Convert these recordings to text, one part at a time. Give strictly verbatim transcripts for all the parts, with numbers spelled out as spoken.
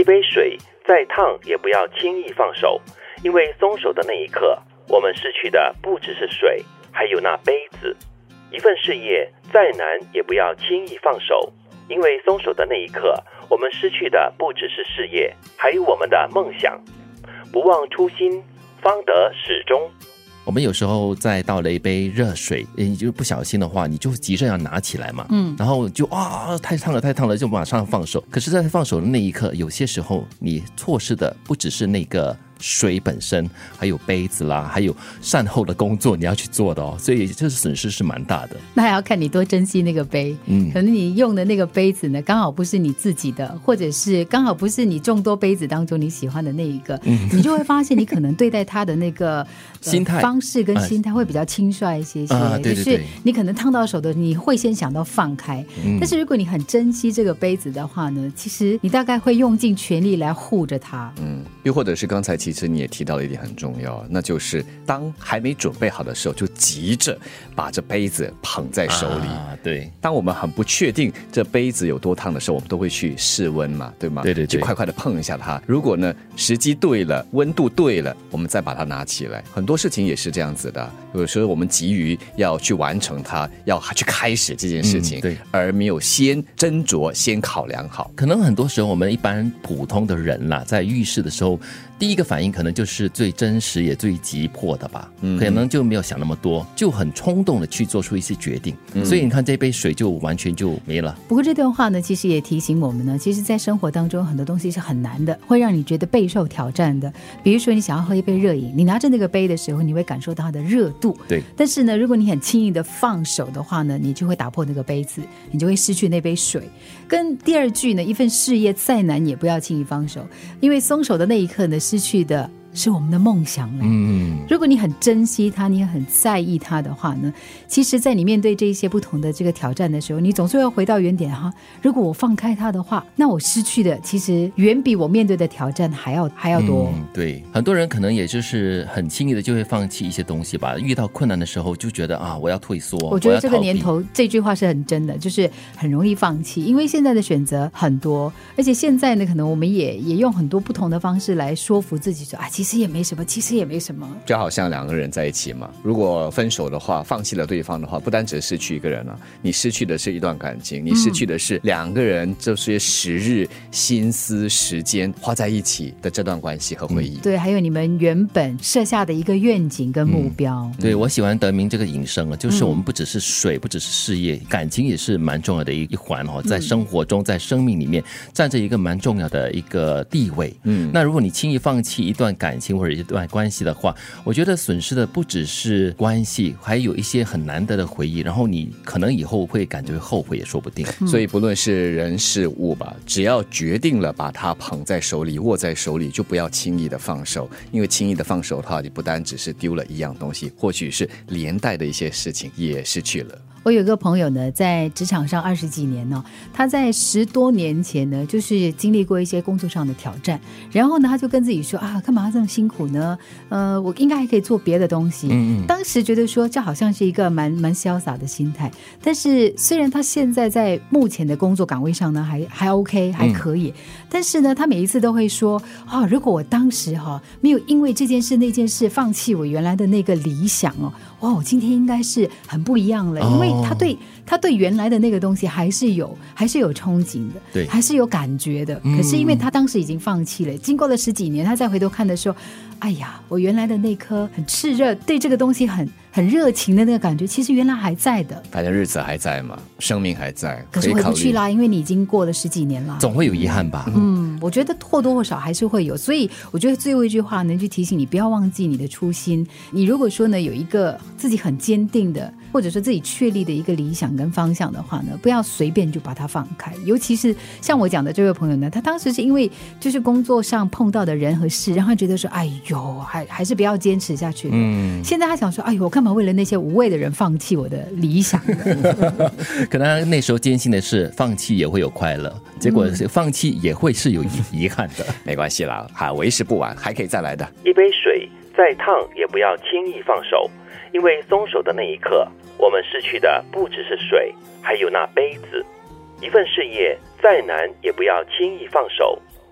一杯水再烫也不要轻易放手，因为松手的那一刻，我们失去的不只是水，还有那杯子。一份事业再难也不要轻易放手，因为松手的那一刻，我们失去的不只是事业，还有我们的梦想。不忘初心，方得始终。 我们有时候再倒了一杯热水，你就不小心的话，你就急着要拿起来嘛，嗯，然后就啊太烫了太烫了，就马上放手。可是在放手的那一刻，有些时候你错失的不只是那个水本身，还有杯子啦，还有善后的工作你要去做的哦，所以这损失是蛮大的。 那还要看你多珍惜那个杯，嗯，可能你用的那个杯子呢，刚好不是你自己的，或者是刚好不是你众多杯子当中你喜欢的那一个，嗯，你就会发现你可能对待它的那个、呃、 心态方式跟心态会比较轻率一些些， 啊、对对对， 就是你可能烫到手的，你会先想到放开，嗯，但是如果你很珍惜这个杯子的话呢，其实你大概会用尽全力来护着它， 嗯，又或者是刚才其实你也提到了一点很重要，那就是当还没准备好的时候，就急着把这杯子捧在手里。 啊，对。 当我们很不确定这杯子有多烫的时候，我们都会去试温嘛，对吗？ 对对对， 就快快的碰一下它。如果呢时机对了，温度对了，我们再把它拿起来。很多事情也是这样子的，有时候我们急于要去完成它，要去开始这件事情，嗯，对，而没有先斟酌，先考量好。 可能很多时候我们一般普通的人啦，在遇事的时候，第一个反应可能就是最真实也最急迫的吧，嗯，可能就没有想那么多，就很冲动的去做出一些决定，嗯，所以你看这杯水就完全就没了。 不过这段话呢，其实也提醒我们呢，其实在生活当中很多东西是很难的，会让你觉得备受挑战的。比如说你想要喝一杯热饮，你拿着那个杯的时候，你会感受到它的热度， 对。 但是呢，如果你很轻易的放手的话呢，你就会打破那个杯子，你就会失去那杯水。跟第二句呢，一份事业再难也不要轻易放手，因为松手的那一刻呢，失去的是我们的梦想了。嗯，如果你很珍惜它，你也很在意它的话呢，其实在你面对这一些不同的这个挑战的时候，你总是要回到原点哈。如果我放开它的话，那我失去的其实远比我面对的挑战还要还要多。 嗯，对，很多人可能也就是很轻易的就会放弃一些东西吧。遇到困难的时候就觉得啊，我要退缩。 我觉得这个年头这句话是很真的，就是很容易放弃，因为现在的选择很多，而且现在呢，可能我们也也用很多不同的方式来说服自己说啊，其实也没什么，其实也没什么。 就好像两个人在一起嘛，如果分手的话，放弃了对方的话，不单只失去一个人了，你失去的是一段感情，你失去的是两个人这些时日、心思、时间花在一起的这段关系和回忆。 嗯，对，还有你们原本设下的一个愿景跟目标。 嗯，对，我喜欢德明这个引申了，就是我们不只是水，不只是事业，感情也是蛮重要的一环哦，在生活中，在生命里面占着一个蛮重要的一个地位。嗯，那如果你轻易放弃一段感情或者一段关系的话，我觉得损失的不只是关系，还有一些很难得的回忆，然后你可能以后会感觉后悔也说不定。 嗯，所以不论是人事物吧，只要决定了把它捧在手里，握在手里，就不要轻易的放手，因为轻易的放手的话，你不单只是丢了一样东西，或许是连带的一些事情也失去了。 我有个朋友呢，在职场上二十几年呢，他在十多年前呢，就是经历过一些工作上的挑战，然后呢，他就跟自己说啊，干嘛这么辛苦呢？呃，我应该还可以做别的东西。嗯嗯。当时觉得说，这好像是一个蛮蛮潇洒的心态。但是虽然他现在在目前的工作岗位上呢，还还 OK， 还可以，嗯，但是呢，他每一次都会说啊，如果我当时哈，啊，没有因为这件事那件事放弃我原来的那个理想哦，哇，我今天应该是很不一样了，因为他对他对原来的那个东西还是有还是有憧憬的， 对， 还是有感觉的。可是因为他当时已经放弃了，经过了十几年，他再回头看的时候，哎呀，我原来的那颗很炽热，对这个东西很很热情的那个感觉，其实原来还在的。 反正日子还在嘛，生命还在， 可是回不去啦，因为你已经过了十几年了， 总会有遗憾吧。 嗯，我觉得或多或少还是会有，所以我觉得最后一句话能去提醒你，不要忘记你的初心。你如果说呢，有一个自己很坚定的，或者说自己确立的一个理想跟方向的话呢，不要随便就把它放开。尤其是像我讲的这位朋友呢，他当时是因为就是工作上碰到的人和事，让他觉得说，哎呦，还还是不要坚持下去的。嗯，现在他想说，哎呦，我干嘛为了那些无谓的人放弃我的理想的？ 可能那时候坚信的是放弃也会有快乐，结果放弃也会是有遗憾的。 嗯，没关系啦，还为时不晚，还可以再来的。 一杯水再烫也不要轻易放手，因为松手的那一刻，我们失去的不只是水，还有那杯子。一份事业再难也不要轻易放手，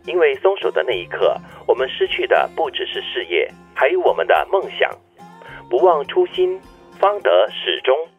因为松手的那一刻，我们失去的不只是事业，还有我们的梦想。不忘初心，方得始终。